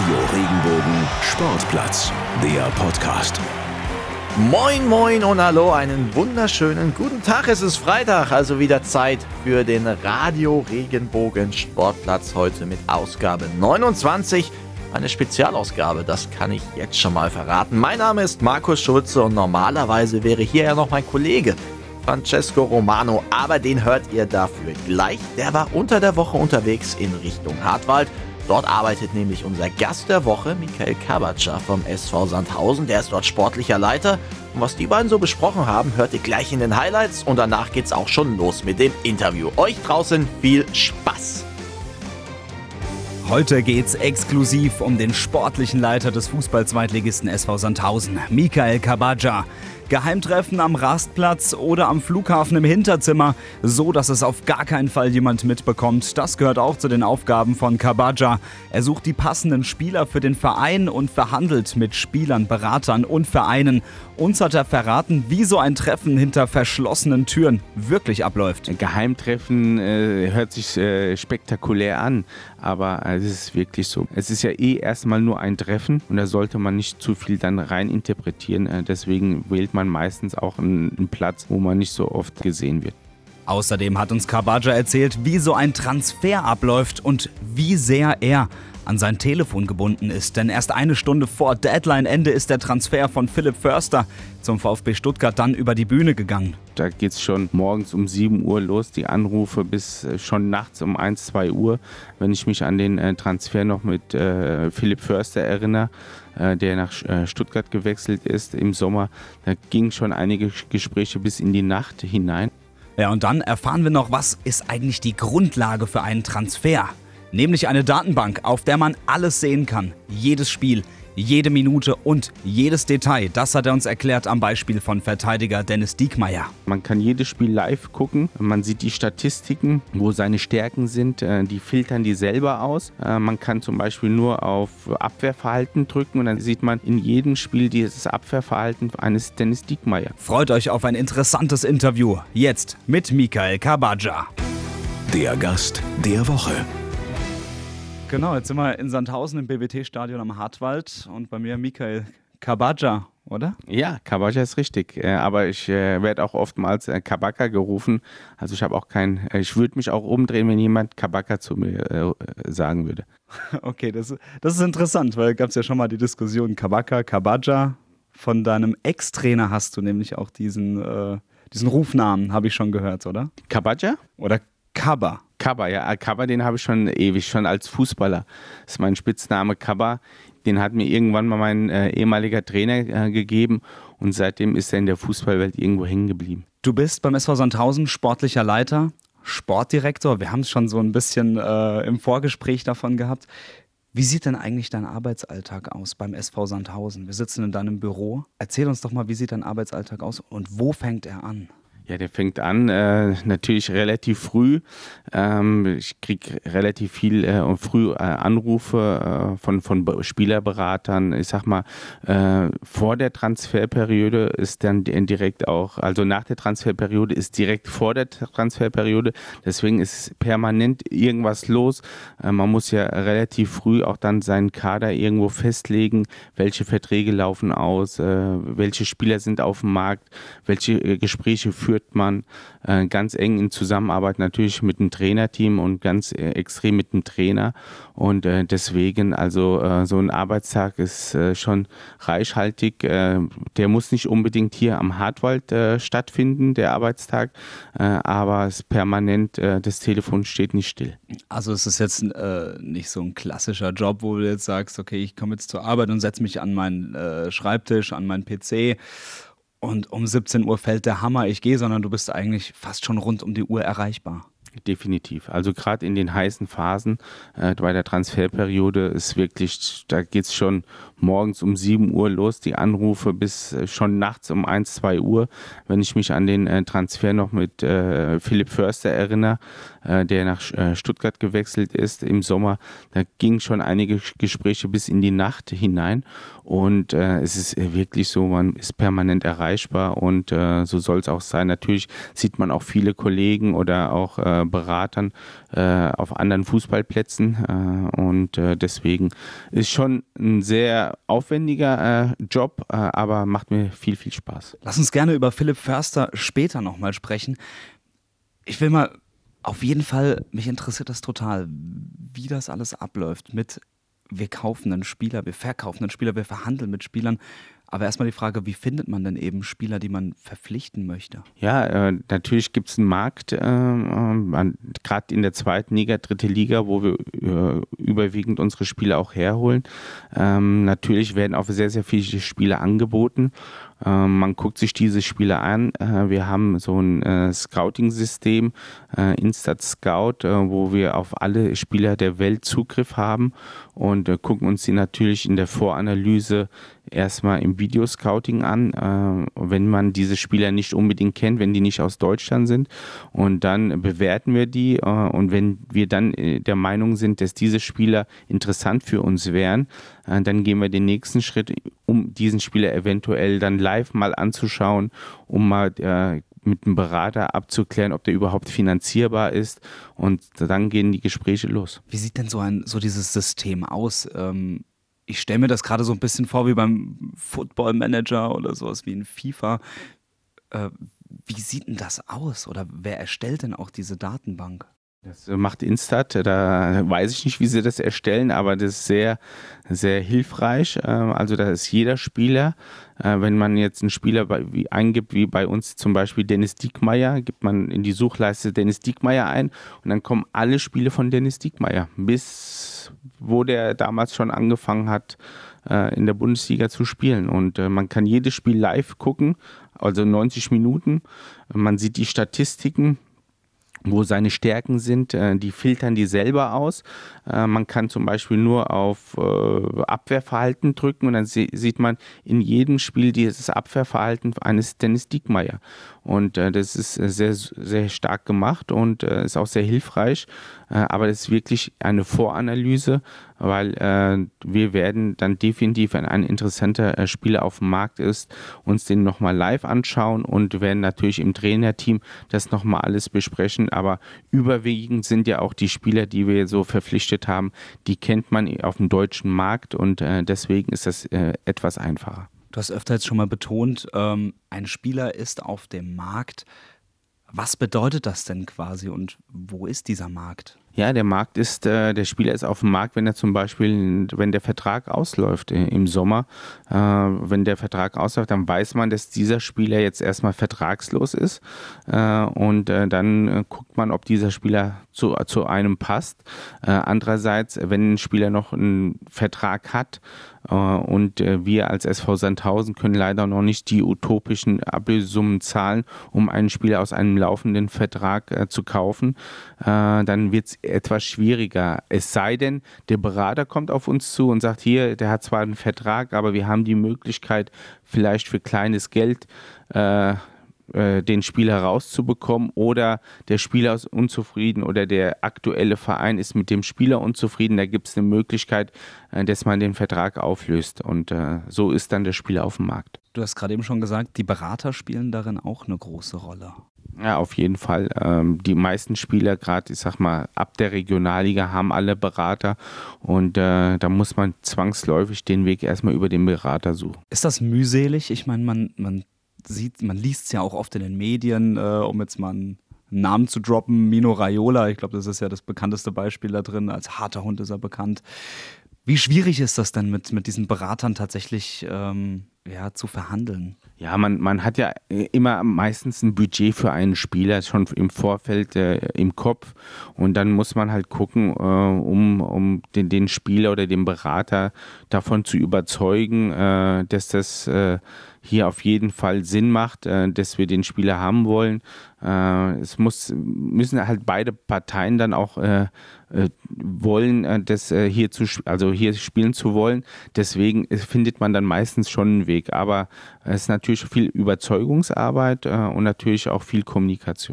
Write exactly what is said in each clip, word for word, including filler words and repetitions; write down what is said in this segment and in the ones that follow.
Radio Regenbogen Sportplatz, der Podcast. Moin moin und hallo, einen wunderschönen guten Tag. Es ist Freitag, also wieder Zeit für den Radio Regenbogen Sportplatz heute mit Ausgabe neunundzwanzig. Eine Spezialausgabe, das kann ich jetzt schon mal verraten. Mein Name ist Markus Schulze und normalerweise wäre hier ja noch mein Kollege Francesco Romano, aber den hört ihr dafür gleich. Der war unter der Woche unterwegs in Richtung Hartwald. Dort arbeitet nämlich unser Gast der Woche, Michael Kabatscha vom S V Sandhausen. Der ist dort sportlicher Leiter. Und was die beiden so besprochen haben, hört ihr gleich in den Highlights. Und danach geht's auch schon los mit dem Interview. Euch draußen viel Spaß! Heute geht's exklusiv um den sportlichen Leiter des Fußball-Zweitligisten S V Sandhausen, Michael Kabatscha. Geheimtreffen am Rastplatz oder am Flughafen im Hinterzimmer, so dass es auf gar keinen Fall jemand mitbekommt. Das gehört auch zu den Aufgaben von Kabatscha. Er sucht die passenden Spieler für den Verein und verhandelt mit Spielern, Beratern und Vereinen. Uns hat er verraten, wie so ein Treffen hinter verschlossenen Türen wirklich abläuft. Geheimtreffen äh, hört sich äh, spektakulär an, aber äh, es ist wirklich so. Es ist ja eh erstmal nur ein Treffen und da sollte man nicht zu viel dann rein interpretieren. Äh, deswegen wählt man meistens auch einen, einen Platz, wo man nicht so oft gesehen wird. Außerdem hat uns Kabatscha erzählt, wie so ein Transfer abläuft und wie sehr er an sein Telefon gebunden ist. Denn erst eine Stunde vor Deadline-Ende ist der Transfer von Philipp Förster zum VfB Stuttgart dann über die Bühne gegangen. Da geht es schon morgens um sieben Uhr los, die Anrufe bis schon nachts um eins, zwei Uhr. Wenn ich mich an den äh, Transfer noch mit äh, Philipp Förster erinnere, äh, der nach äh, Stuttgart gewechselt ist im Sommer, da gingen schon einige Gespräche bis in die Nacht hinein. Ja, und dann erfahren wir noch, was ist eigentlich die Grundlage für einen Transfer? Nämlich eine Datenbank, auf der man alles sehen kann. Jedes Spiel, jede Minute und jedes Detail. Das hat er uns erklärt am Beispiel von Verteidiger Dennis Diekmeyer. Man kann jedes Spiel live gucken. Man sieht die Statistiken, wo seine Stärken sind. Die filtern die selber aus. Man kann zum Beispiel nur auf Abwehrverhalten drücken und dann sieht man in jedem Spiel dieses Abwehrverhalten eines Dennis Diekmeyer. Freut euch auf ein interessantes Interview. Jetzt mit Michael Kabatscha. Der Gast der Woche. Genau, jetzt sind wir in Sandhausen im B W T-Stadion am Hartwald und bei mir Michael Kabatscha, oder? Ja, Kabatscha ist richtig, aber ich äh, werde auch oftmals äh, Kabaka gerufen, also ich habe auch kein, äh, ich würde mich auch umdrehen, wenn jemand Kabaka zu mir äh, sagen würde. Okay, das, das ist interessant, weil gab es ja schon mal die Diskussion Kabaka, Kabatscha. Von deinem Ex-Trainer hast du nämlich auch diesen, äh, diesen Rufnamen, habe ich schon gehört, oder? Kabatscha? Oder Kaba. Kaba, ja, Kaba, den habe ich schon ewig, schon als Fußballer. Das ist mein Spitzname Kaba. Den hat mir irgendwann mal mein äh, ehemaliger Trainer äh, gegeben und seitdem ist er in der Fußballwelt irgendwo hängen geblieben. Du bist beim S V Sandhausen sportlicher Leiter, Sportdirektor. Wir haben es schon so ein bisschen äh, im Vorgespräch davon gehabt. Wie sieht denn eigentlich dein Arbeitsalltag aus beim S V Sandhausen? Wir sitzen in deinem Büro. Erzähl uns doch mal, wie sieht dein Arbeitsalltag aus und wo fängt er an? Ja, der fängt an äh, natürlich relativ früh. Ähm, ich kriege relativ viel äh, früh äh, Anrufe äh, von, von Spielerberatern. Ich sag mal, äh, vor der Transferperiode ist dann direkt auch, also nach der Transferperiode ist direkt vor der Transferperiode. Deswegen ist permanent irgendwas los. Äh, man muss ja relativ früh auch dann seinen Kader irgendwo festlegen, welche Verträge laufen aus, äh, welche Spieler sind auf dem Markt, welche äh, Gespräche führen man äh, ganz eng in Zusammenarbeit natürlich mit dem Trainerteam und ganz äh, extrem mit dem Trainer und äh, deswegen also äh, so ein Arbeitstag ist äh, schon reichhaltig. Äh, der muss nicht unbedingt hier am Hartwald äh, stattfinden, der Arbeitstag, äh, aber es ist permanent, äh, das Telefon steht nicht still. Also es ist jetzt äh, nicht so ein klassischer Job, wo du jetzt sagst, okay, ich komme jetzt zur Arbeit und setze mich an meinen äh, Schreibtisch, an meinen P C und um siebzehn Uhr fällt der Hammer, ich gehe, sondern du bist eigentlich fast schon rund um die Uhr erreichbar. Definitiv. Also gerade in den heißen Phasen äh, bei der Transferperiode ist wirklich, da geht es schon morgens um sieben Uhr los, die Anrufe bis äh, schon nachts um eins, zwei Uhr. Wenn ich mich an den äh, Transfer noch mit äh, Philipp Förster erinnere, äh, der nach äh, Stuttgart gewechselt ist im Sommer. Da gingen schon einige Gespräche bis in die Nacht hinein und äh, es ist wirklich so, man ist permanent erreichbar und äh, so soll es auch sein. Natürlich sieht man auch viele Kollegen oder auch äh, Beratern äh, auf anderen Fußballplätzen äh, und äh, deswegen ist schon ein sehr aufwendiger äh, Job, äh, aber macht mir viel, viel Spaß. Lass uns gerne über Philipp Förster später nochmal sprechen. Ich will mal, auf jeden Fall, mich interessiert das total, wie das alles abläuft mit, wir kaufen einen Spieler, wir verkaufen einen Spieler, wir verhandeln mit Spielern. Aber erstmal die Frage, wie findet man denn eben Spieler, die man verpflichten möchte? Ja, äh, natürlich gibt es einen Markt, äh, äh, gerade in der zweiten Liga, dritte Liga, wo wir äh, überwiegend unsere Spieler auch herholen. Ähm, natürlich werden auch sehr, sehr viele Spieler angeboten. Ähm, man guckt sich diese Spiele an. Äh, wir haben so ein äh, Scouting-System, äh, Instat Scout, äh, wo wir auf alle Spieler der Welt Zugriff haben und äh, gucken uns die natürlich in der Voranalyse erstmal im Videoscouting an, äh, wenn man diese Spieler nicht unbedingt kennt, wenn die nicht aus Deutschland sind, und dann bewerten wir die äh, und wenn wir dann äh, der Meinung sind, dass diese Spieler interessant für uns wären, äh, dann gehen wir den nächsten Schritt, um diesen Spieler eventuell dann live mal anzuschauen, um mal äh, mit einem Berater abzuklären, ob der überhaupt finanzierbar ist, und dann gehen die Gespräche los. Wie sieht denn so ein so dieses System aus? Ähm Ich stelle mir das gerade so ein bisschen vor wie beim Football Manager oder sowas wie in FIFA. Äh, wie sieht denn das aus? Oder wer erstellt denn auch diese Datenbank? Das macht Instat, da weiß ich nicht, wie sie das erstellen, aber das ist sehr, sehr hilfreich. Also da ist jeder Spieler, wenn man jetzt einen Spieler wie eingibt, wie bei uns zum Beispiel Dennis Diekmeyer, gibt man in die Suchleiste Dennis Diekmeyer ein und dann kommen alle Spiele von Dennis Diekmeyer, bis wo der damals schon angefangen hat, in der Bundesliga zu spielen. Und man kann jedes Spiel live gucken, also neunzig Minuten. Man sieht die Statistiken, wo seine Stärken sind, die filtern die selber aus. Man kann zum Beispiel nur auf Abwehrverhalten drücken und dann sieht man in jedem Spiel dieses Abwehrverhalten eines Dennis Diekmeyer. Und das ist sehr, sehr stark gemacht und ist auch sehr hilfreich. Aber das ist wirklich eine Voranalyse, weil wir werden dann definitiv, wenn ein interessanter Spieler auf dem Markt ist, uns den nochmal live anschauen und werden natürlich im Trainerteam das nochmal alles besprechen. Aber überwiegend sind ja auch die Spieler, die wir so verpflichtet haben, die kennt man auf dem deutschen Markt und äh, deswegen ist das äh, etwas einfacher. Du hast öfter jetzt schon mal betont, ähm, ein Spieler ist auf dem Markt. Was bedeutet das denn quasi und wo ist dieser Markt? Ja, der Markt ist, äh, der Spieler ist auf dem Markt, wenn er zum Beispiel, wenn der Vertrag ausläuft äh, im Sommer, äh, wenn der Vertrag ausläuft, dann weiß man, dass dieser Spieler jetzt erstmal vertragslos ist äh, und äh, dann äh, guckt man, ob dieser Spieler zu, zu einem passt. Äh, andererseits, wenn ein Spieler noch einen Vertrag hat äh, und äh, wir als S V Sandhausen können leider noch nicht die utopischen Ablösesummen zahlen, um einen Spieler aus einem laufenden Vertrag äh, zu kaufen, äh, dann wird es etwas schwieriger. Es sei denn, der Berater kommt auf uns zu und sagt, hier, der hat zwar einen Vertrag, aber wir haben die Möglichkeit, vielleicht für kleines Geld äh, äh, den Spieler rauszubekommen, oder der Spieler ist unzufrieden oder der aktuelle Verein ist mit dem Spieler unzufrieden. Da gibt es eine Möglichkeit, äh, dass man den Vertrag auflöst, und äh, so ist dann der Spieler auf dem Markt. Du hast gerade eben schon gesagt, die Berater spielen darin auch eine große Rolle. Ja, auf jeden Fall. Ähm, die meisten Spieler, gerade, ich sag mal, ab der Regionalliga, haben alle Berater, und äh, da muss man zwangsläufig den Weg erstmal über den Berater suchen. Ist das mühselig? Ich meine, man, man sieht, man liest es ja auch oft in den Medien, äh, um jetzt mal einen Namen zu droppen, Mino Raiola, ich glaube, das ist ja das bekannteste Beispiel da drin, als harter Hund ist er bekannt. Wie schwierig ist das denn mit, mit diesen Beratern tatsächlich ähm, ja, zu verhandeln? Ja, man, man hat ja immer meistens ein Budget für einen Spieler schon im Vorfeld äh, im Kopf, und dann muss man halt gucken, äh, um, um den, den Spieler oder den Berater davon zu überzeugen, äh, dass das äh, hier auf jeden Fall Sinn macht, äh, dass wir den Spieler haben wollen. Äh, es muss, müssen halt beide Parteien dann auch äh, äh, wollen, äh, das äh, hier zu, also hier spielen zu wollen. Deswegen äh, findet man dann meistens schon einen Weg. Aber es ist natürlich viel Überzeugungsarbeit äh, und natürlich auch viel Kommunikation. Du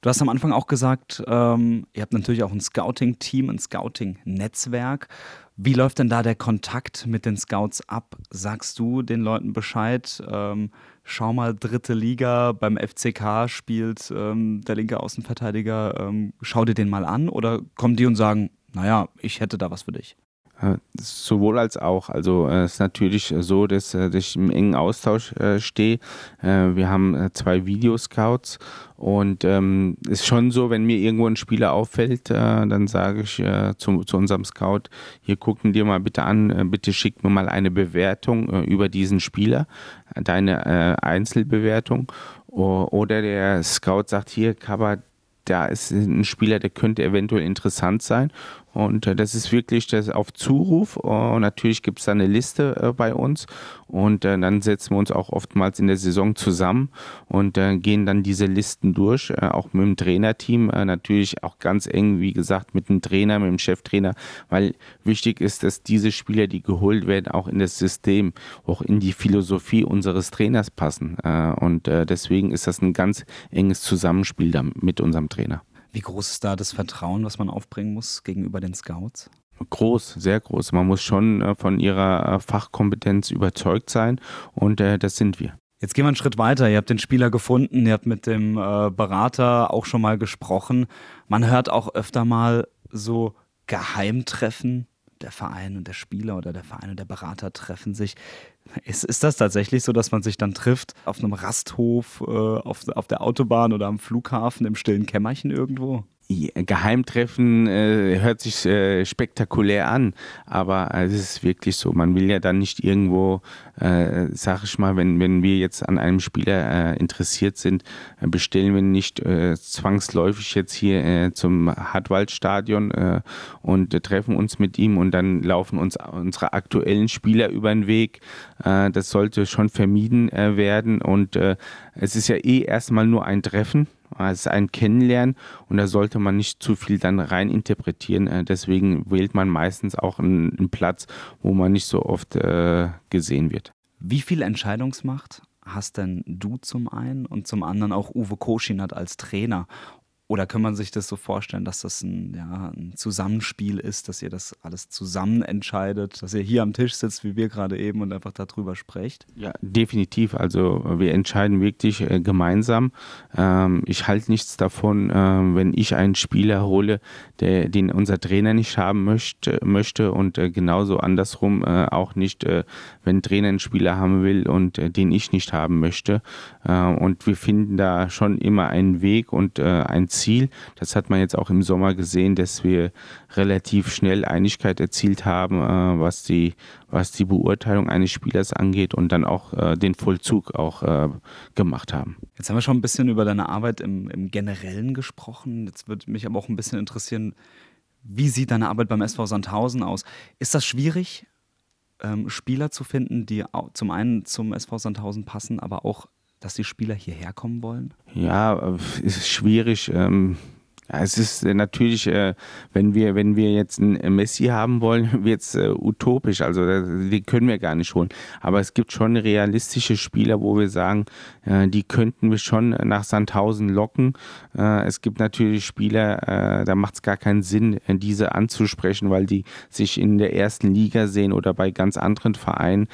Du hast am Anfang auch gesagt, ähm, ihr habt natürlich auch ein Scouting-Team, ein Scouting-Netzwerk. Wie läuft denn da der Kontakt mit den Scouts ab? Sagst du den Leuten Bescheid? Ähm, schau mal, dritte Liga, beim F C K spielt ähm, der linke Außenverteidiger. Ähm, schau dir den mal an. Oder kommen die und sagen, naja, ich hätte da was für dich? Äh, Sowohl als auch. Also äh, es ist natürlich so, dass, äh, dass ich im engen Austausch äh, stehe. Äh, wir haben äh, zwei Videoscouts und ähm, ist schon so, wenn mir irgendwo ein Spieler auffällt, äh, dann sage ich äh, zu, zu unserem Scout, hier gucken dir mal bitte an, äh, bitte schick mir mal eine Bewertung äh, über diesen Spieler, deine äh, Einzelbewertung. O- oder der Scout sagt, hier, Kaba, da ist ein Spieler, der könnte eventuell interessant sein. Und äh, das ist wirklich das auf Zuruf. Und natürlich gibt es da eine Liste äh, bei uns. Und äh, dann setzen wir uns auch oftmals in der Saison zusammen und äh, gehen dann diese Listen durch, äh, auch mit dem Trainerteam. Äh, natürlich auch ganz eng, wie gesagt, mit dem Trainer, mit dem Cheftrainer. Weil wichtig ist, dass diese Spieler, die geholt werden, auch in das System, auch in die Philosophie unseres Trainers passen. Äh, und äh, deswegen ist das ein ganz enges Zusammenspiel da mit unserem Trainer. Wie groß ist da das Vertrauen, was man aufbringen muss gegenüber den Scouts? Groß, sehr groß. Man muss schon äh, von ihrer äh, Fachkompetenz überzeugt sein und äh, das sind wir. Jetzt gehen wir einen Schritt weiter. Ihr habt den Spieler gefunden, ihr habt mit dem äh, Berater auch schon mal gesprochen. Man hört auch öfter mal so Geheimtreffen. Der Verein und der Spieler oder der Verein und der Berater treffen sich. Ist, ist das tatsächlich so, dass man sich dann trifft auf einem Rasthof, äh, auf, auf der Autobahn oder am Flughafen im stillen Kämmerchen irgendwo? Geheimtreffen äh, hört sich äh, spektakulär an, aber äh, es ist wirklich so. Man will ja dann nicht irgendwo, äh, sag ich mal, wenn, wenn wir jetzt an einem Spieler äh, interessiert sind, äh, bestellen wir nicht äh, zwangsläufig jetzt hier äh, zum Hartwaldstadion äh, und äh, treffen uns mit ihm und dann laufen uns unsere aktuellen Spieler über den Weg. Äh, das sollte schon vermieden äh, werden und äh, es ist ja eh erstmal nur ein Treffen. Es ist ein Kennenlernen und da sollte man nicht zu viel dann rein interpretieren. Deswegen wählt man meistens auch einen, einen Platz, wo man nicht so oft äh, gesehen wird. Wie viel Entscheidungsmacht hast denn du zum einen und zum anderen auch Uwe Koschinat als Trainer? Oder kann man sich das so vorstellen, dass das ein, ja, ein Zusammenspiel ist, dass ihr das alles zusammen entscheidet, dass ihr hier am Tisch sitzt, wie wir gerade eben, und einfach darüber sprecht? Ja, definitiv. Also wir entscheiden wirklich äh, gemeinsam. Ähm, ich halte nichts davon, äh, wenn ich einen Spieler hole, der, den unser Trainer nicht haben möchte, möchte und äh, genauso andersrum äh, auch nicht, äh, wenn ein Trainer einen Spieler haben will und äh, den ich nicht haben möchte. Äh, und wir finden da schon immer einen Weg und äh, ein Ziel. Das hat man jetzt auch im Sommer gesehen, dass wir relativ schnell Einigkeit erzielt haben, äh, was die, was die Beurteilung eines Spielers angeht und dann auch äh, den Vollzug auch äh, gemacht haben. Jetzt haben wir schon ein bisschen über deine Arbeit im, im Generellen gesprochen. Jetzt würde mich aber auch ein bisschen interessieren, wie sieht deine Arbeit beim S V Sandhausen aus? Ist das schwierig, ähm, Spieler zu finden, die auch zum einen zum S V Sandhausen passen, aber auch dass die Spieler hierher kommen wollen? Ja, ist schwierig. Ähm, ja, es ist natürlich, äh, wenn wir, wenn wir jetzt einen Messi haben wollen, wird es äh, utopisch. Also äh, die können wir gar nicht holen. Aber es gibt schon realistische Spieler, wo wir sagen, äh, die könnten wir schon nach Sandhausen locken. Äh, es gibt natürlich Spieler, äh, da macht es gar keinen Sinn, diese anzusprechen, weil die sich in der ersten Liga sehen oder bei ganz anderen Vereinen.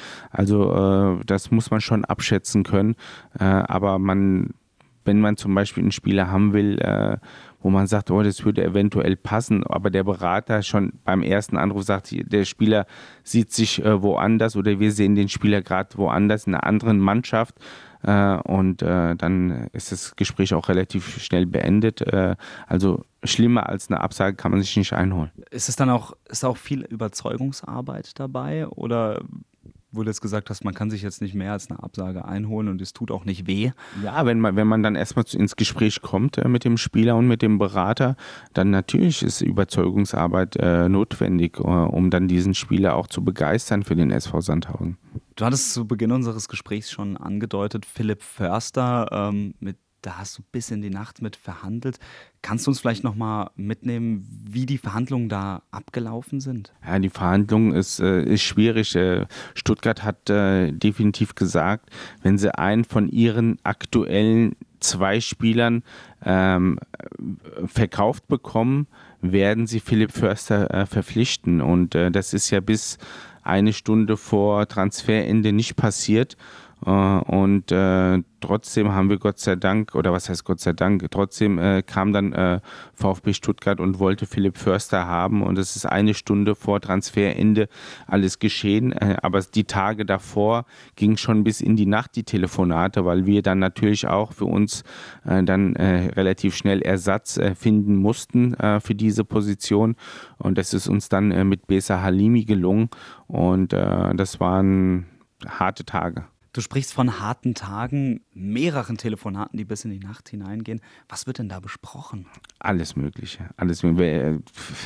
Also äh, das muss man schon abschätzen können. Äh, aber man, wenn man zum Beispiel einen Spieler haben will, äh, wo man sagt, oh, das würde eventuell passen, aber der Berater schon beim ersten Anruf sagt, der Spieler sieht sich äh, woanders oder wir sehen den Spieler gerade woanders in einer anderen Mannschaft äh, und äh, dann ist das Gespräch auch relativ schnell beendet. Äh, also schlimmer als eine Absage kann man sich nicht einholen. Ist es dann auch, ist auch viel Überzeugungsarbeit dabei oder wo du jetzt gesagt hast, man kann sich jetzt nicht mehr als eine Absage einholen und es tut auch nicht weh? Ja, wenn man, wenn man dann erstmal ins Gespräch kommt äh, mit dem Spieler und mit dem Berater, dann natürlich ist Überzeugungsarbeit äh, notwendig, äh, um dann diesen Spieler auch zu begeistern für den S V Sandhausen. Du hattest zu Beginn unseres Gesprächs schon angedeutet, Philipp Förster, ähm, mit da hast du bis in die Nacht mit verhandelt. Kannst du uns vielleicht nochmal mitnehmen, wie die Verhandlungen da abgelaufen sind? Ja, die Verhandlung ist, äh, ist schwierig. Äh, Stuttgart hat äh, definitiv gesagt, wenn sie einen von ihren aktuellen zwei Spielern ähm, verkauft bekommen, werden sie Philipp Förster äh, verpflichten. Und äh, das ist ja bis eine Stunde vor Transferende nicht passiert. Uh, und äh, trotzdem haben wir Gott sei Dank, oder was heißt Gott sei Dank, trotzdem äh, kam dann äh, VfB Stuttgart und wollte Philipp Förster haben und es ist eine Stunde vor Transferende alles geschehen, äh, aber die Tage davor ging schon bis in die Nacht die Telefonate, weil wir dann natürlich auch für uns äh, dann äh, relativ schnell Ersatz äh, finden mussten äh, für diese Position und das ist uns dann äh, mit Besa Halimi gelungen und äh, das waren harte Tage. Du sprichst von harten Tagen, mehreren Telefonaten, die bis in die Nacht hineingehen. Was wird denn da besprochen? Alles Mögliche. Alles Mögliche.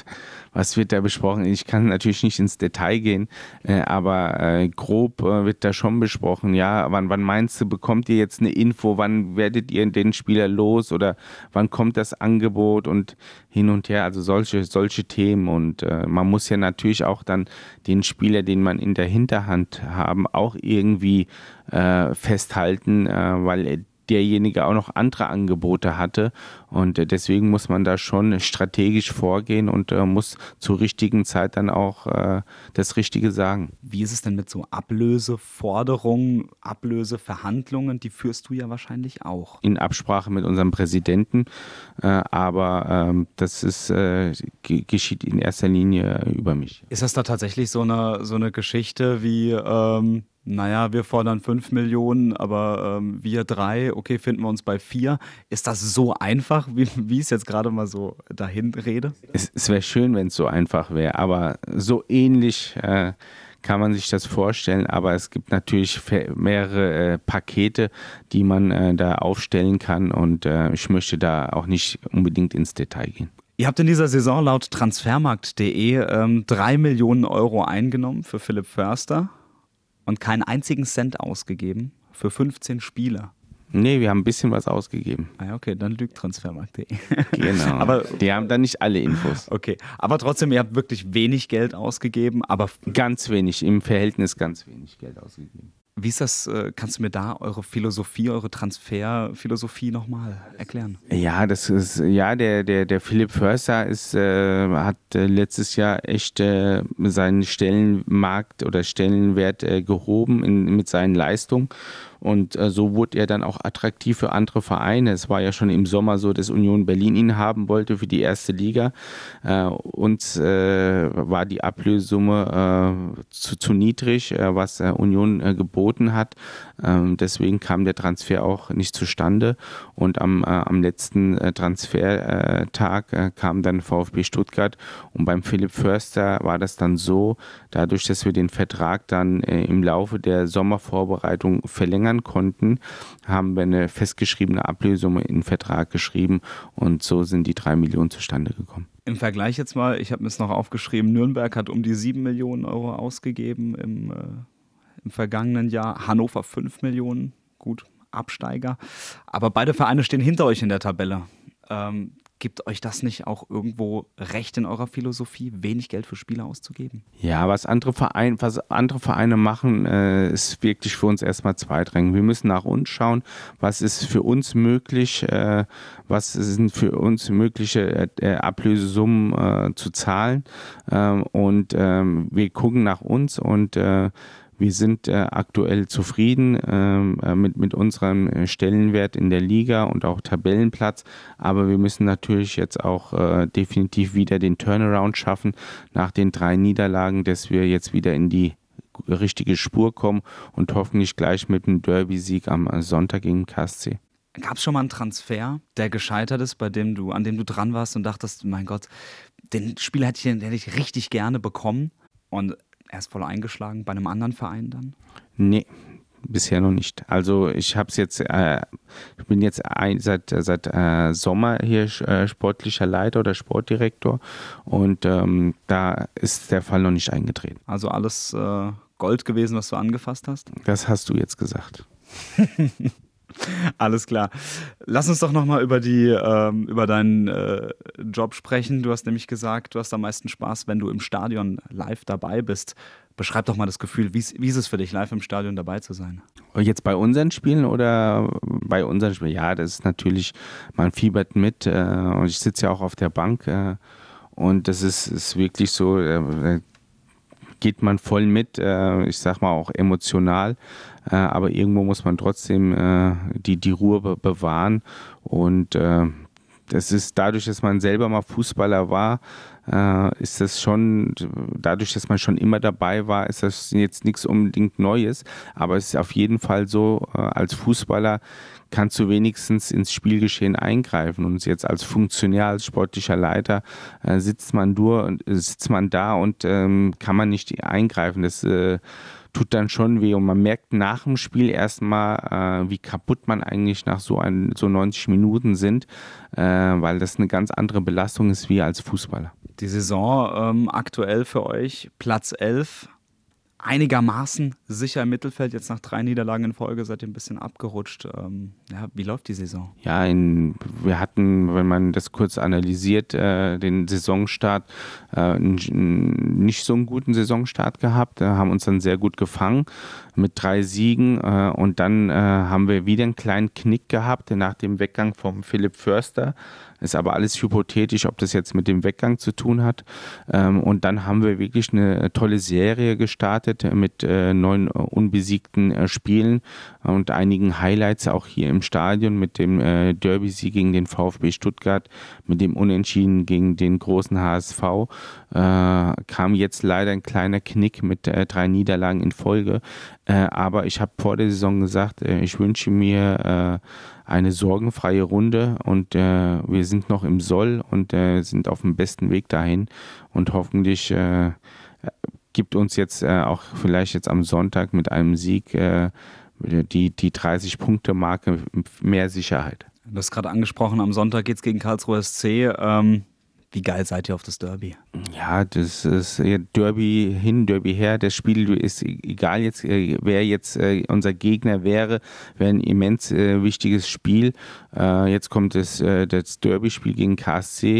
Was wird da besprochen? Ich kann natürlich nicht ins Detail gehen, aber grob wird da schon besprochen. Ja, wann, wann meinst du, bekommt ihr jetzt eine Info? Wann werdet ihr den Spieler los? Oder wann kommt das Angebot? Und hin und her, also solche, solche Themen. Und man muss ja natürlich auch dann den Spieler, den man in der Hinterhand haben, auch irgendwie Äh, festhalten, äh, weil derjenige auch noch andere Angebote hatte und äh, deswegen muss man da schon strategisch vorgehen und äh, muss zur richtigen Zeit dann auch äh, das Richtige sagen. Wie ist es denn mit so Ablöseforderungen, Ablöseverhandlungen? Die führst du ja wahrscheinlich auch. In Absprache mit unserem Präsidenten, äh, aber äh, das ist, äh, g- geschieht in erster Linie über mich. Ist das da tatsächlich so eine, so eine Geschichte wie ähm naja, wir fordern fünf Millionen, aber ähm, wir drei, okay, finden wir uns bei vier. Ist das so einfach, wie, wie ich es jetzt gerade mal so dahin rede? Es, es wäre schön, wenn es so einfach wäre, aber so ähnlich äh, kann man sich das vorstellen. Aber es gibt natürlich mehrere äh, Pakete, die man äh, da aufstellen kann und äh, ich möchte da auch nicht unbedingt ins Detail gehen. Ihr habt in dieser Saison laut transfermarkt punkt de ähm, drei Millionen Euro eingenommen für Philipp Förster. Und keinen einzigen Cent ausgegeben für fünfzehn Spieler. Nee, wir haben ein bisschen was ausgegeben. Ah ja, okay, dann lügt transfermarkt punkt de. Genau, aber die haben dann nicht alle Infos. Okay, aber trotzdem, ihr habt wirklich wenig Geld ausgegeben, aber... Ganz wenig, im Verhältnis ganz wenig Geld ausgegeben. Wie ist das, kannst du mir da eure Philosophie, eure Transferphilosophie nochmal erklären? Ja, das ist, ja, der, der, der Philipp Förster ist, äh, hat äh, letztes Jahr echt äh, seinen Stellenmarkt oder Stellenwert äh, gehoben in, mit seinen Leistungen. Und äh, so wurde er dann auch attraktiv für andere Vereine. Es war ja schon im Sommer so, dass Union Berlin ihn haben wollte für die erste Liga. Äh, uns äh, war die Ablösesumme äh, zu, zu niedrig, äh, was äh, Union äh, geboten hat. Ähm, deswegen kam der Transfer auch nicht zustande. Und am, äh, am letzten äh, Transfertag äh, kam dann VfB Stuttgart. Und beim Philipp Förster war das dann so, dadurch, dass wir den Vertrag dann äh, im Laufe der Sommervorbereitung verlängern konnten, haben wir eine festgeschriebene Ablösesumme in den Vertrag geschrieben und so sind die drei Millionen zustande gekommen. Im Vergleich jetzt mal, ich habe mir es noch aufgeschrieben, Nürnberg hat um die sieben Millionen Euro ausgegeben im, äh, im vergangenen Jahr, Hannover fünf Millionen, gut, Absteiger, aber beide Vereine stehen hinter euch in der Tabelle. Ähm, Gibt euch das nicht auch irgendwo recht in eurer Philosophie, wenig Geld für Spieler auszugeben? Ja, was andere Vereine, was andere Vereine machen, äh, ist wirklich für uns erstmal zweitrangig. Wir müssen nach uns schauen, was ist für uns möglich, äh, was sind für uns mögliche äh, Ablösesummen äh, zu zahlen. Ähm, und ähm, wir gucken nach uns und äh, wir sind äh, aktuell zufrieden äh, mit, mit unserem Stellenwert in der Liga und auch Tabellenplatz, aber wir müssen natürlich jetzt auch äh, definitiv wieder den Turnaround schaffen nach den drei Niederlagen, dass wir jetzt wieder in die richtige Spur kommen und hoffentlich gleich mit einem Derby-Sieg am Sonntag gegen K S C. Gab es schon mal einen Transfer, der gescheitert ist, bei dem du, an dem du dran warst und dachtest, mein Gott, den Spieler hätte ich, den hätte ich richtig gerne bekommen und er ist voll eingeschlagen bei einem anderen Verein dann? Nee, bisher noch nicht. Also ich habe es jetzt, äh, ich bin jetzt ein, seit, seit äh, Sommer hier äh, sportlicher Leiter oder Sportdirektor und ähm, da ist der Fall noch nicht eingetreten. Also alles äh, Gold gewesen, was du angefasst hast? Das hast du jetzt gesagt. Alles klar. Lass uns doch nochmal über die, ähm, über deinen äh, Job sprechen. Du hast nämlich gesagt, du hast am meisten Spaß, wenn du im Stadion live dabei bist. Beschreib doch mal das Gefühl, wie ist es für dich, live im Stadion dabei zu sein? Jetzt bei unseren Spielen oder bei unseren Spielen? Ja, das ist natürlich, man fiebert mit äh, und ich sitze ja auch auf der Bank äh, und das ist, ist wirklich so, äh, geht man voll mit, äh, ich sag mal auch emotional, äh, aber irgendwo muss man trotzdem äh, die, die Ruhe be- bewahren und äh, das ist dadurch, dass man selber mal Fußballer war, äh, ist das schon, dadurch, dass man schon immer dabei war, ist das jetzt nichts unbedingt Neues. Aber es ist auf jeden Fall so, äh, als Fußballer kannst du wenigstens ins Spielgeschehen eingreifen. Und jetzt als Funktionär, als sportlicher Leiter äh, sitzt man durch, sitzt man da und ähm, kann man nicht eingreifen. Das äh, tut dann schon weh und man merkt nach dem Spiel erstmal, äh, wie kaputt man eigentlich nach so, ein, so neunzig Minuten sind, äh, weil das eine ganz andere Belastung ist wie als Fußballer. Die Saison ähm, aktuell für euch, Platz elf, einigermaßen sicher im Mittelfeld, jetzt nach drei Niederlagen in Folge seid ihr ein bisschen abgerutscht. Ähm, ja, wie läuft die Saison? Ja, in, wir hatten, wenn man das kurz analysiert, äh, den Saisonstart, äh, einen, nicht so einen guten Saisonstart gehabt, äh, haben uns dann sehr gut gefangen mit drei Siegen äh, und dann äh, haben wir wieder einen kleinen Knick gehabt nach dem Weggang von Philipp Förster. Ist aber alles hypothetisch, ob das jetzt mit dem Weggang zu tun hat. Ähm, und dann haben wir wirklich eine tolle Serie gestartet mit äh, neun unbesiegten äh, Spielen und einigen Highlights auch hier im Stadion mit dem äh, Derby-Sieg gegen den VfB Stuttgart, mit dem Unentschieden gegen den großen H S V. Äh, kam jetzt leider ein kleiner Knick mit äh, drei Niederlagen in Folge. Äh, aber ich habe vor der Saison gesagt, äh, ich wünsche mir äh, eine sorgenfreie Runde und äh, wir sind noch im Soll und äh, sind auf dem besten Weg dahin und hoffentlich äh, gibt uns jetzt äh, auch vielleicht jetzt am Sonntag mit einem Sieg äh, die, die dreißig-Punkte-Marke mehr Sicherheit. Du hast gerade angesprochen, am Sonntag geht es gegen Karlsruhe S C. Ähm, wie geil seid ihr auf das Derby? Ja, das ist Derby hin, Derby her. Das Spiel ist egal jetzt, wer jetzt unser Gegner wäre, wäre ein immens äh, wichtiges Spiel. Äh, jetzt kommt das, äh, das Derby-Spiel gegen K S C.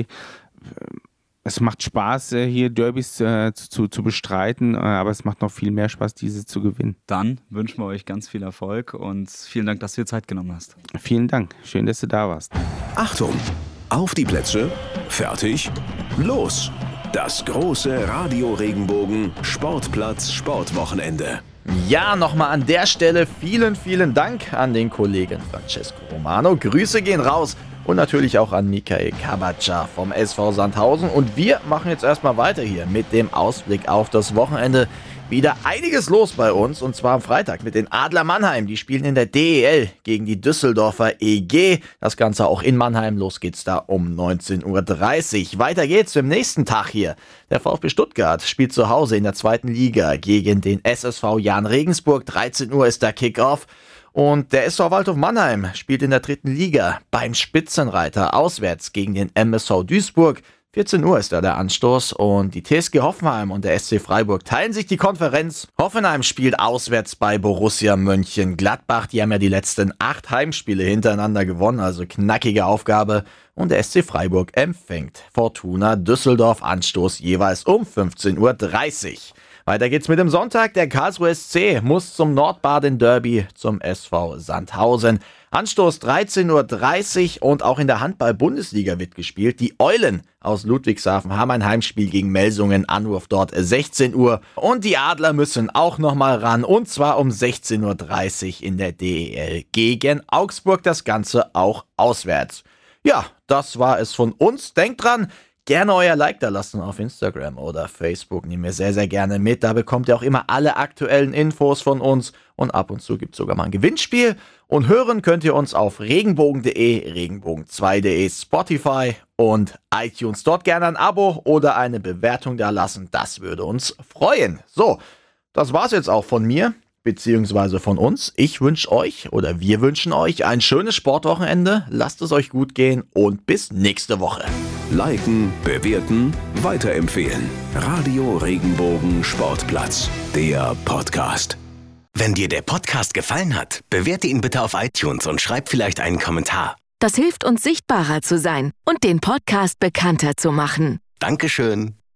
Es macht Spaß, hier Derbys äh, zu, zu bestreiten, äh, aber es macht noch viel mehr Spaß, diese zu gewinnen. Dann wünschen wir euch ganz viel Erfolg und vielen Dank, dass du dir Zeit genommen hast. Vielen Dank. Schön, dass du da warst. Achtung! Auf die Plätze, fertig, los! Das große Radio Regenbogen Sportplatz Sportwochenende. Ja, nochmal an der Stelle vielen, vielen Dank an den Kollegen Francesco Romano. Grüße gehen raus und natürlich auch an Michael Kabacza vom S V Sandhausen. Und wir machen jetzt erstmal weiter hier mit dem Ausblick auf das Wochenende. Wieder einiges los bei uns und zwar am Freitag mit den Adler Mannheim. Die spielen in der D E L gegen die Düsseldorfer E G. Das Ganze auch in Mannheim. Los geht's da um neunzehn Uhr dreißig. Weiter geht's im nächsten Tag hier. Der VfB Stuttgart spielt zu Hause in der zweiten Liga gegen den S S V Jahn Regensburg. dreizehn Uhr ist der Kickoff. Und der S V Waldhof Mannheim spielt in der dritten Liga beim Spitzenreiter auswärts gegen den M S V Duisburg. vierzehn Uhr ist da der Anstoß und die T S G Hoffenheim und der S C Freiburg teilen sich die Konferenz. Hoffenheim spielt auswärts bei Borussia Mönchengladbach. Die haben ja die letzten acht Heimspiele hintereinander gewonnen, also knackige Aufgabe. Und der S C Freiburg empfängt Fortuna Düsseldorf. Anstoß jeweils um fünfzehn Uhr dreißig. Weiter geht's mit dem Sonntag. Der Karlsruhe S C muss zum Nordbaden-Derby zum S V Sandhausen. Anstoß dreizehn Uhr dreißig und auch in der Handball-Bundesliga wird gespielt. Die Eulen aus Ludwigshafen haben ein Heimspiel gegen Melsungen. Anruf dort sechzehn Uhr. Und die Adler müssen auch nochmal ran und zwar um sechzehn Uhr dreißig in der D E L gegen Augsburg. Das Ganze auch auswärts. Ja, das war es von uns. Denkt dran, gerne euer Like da lassen auf Instagram oder Facebook. Nehmen wir sehr, sehr gerne mit. Da bekommt ihr auch immer alle aktuellen Infos von uns. Und ab und zu gibt es sogar mal ein Gewinnspiel. Und hören könnt ihr uns auf regenbogen punkt de, regenbogen zwei punkt de, Spotify und iTunes. Dort gerne ein Abo oder eine Bewertung da lassen. Das würde uns freuen. So, das war's jetzt auch von mir, beziehungsweise von uns. Ich wünsche euch oder wir wünschen euch ein schönes Sportwochenende. Lasst es euch gut gehen und bis nächste Woche. Liken, bewerten, weiterempfehlen. Radio Regenbogen Sportplatz, der Podcast. Wenn dir der Podcast gefallen hat, bewerte ihn bitte auf iTunes und schreib vielleicht einen Kommentar. Das hilft uns, sichtbarer zu sein und den Podcast bekannter zu machen. Dankeschön.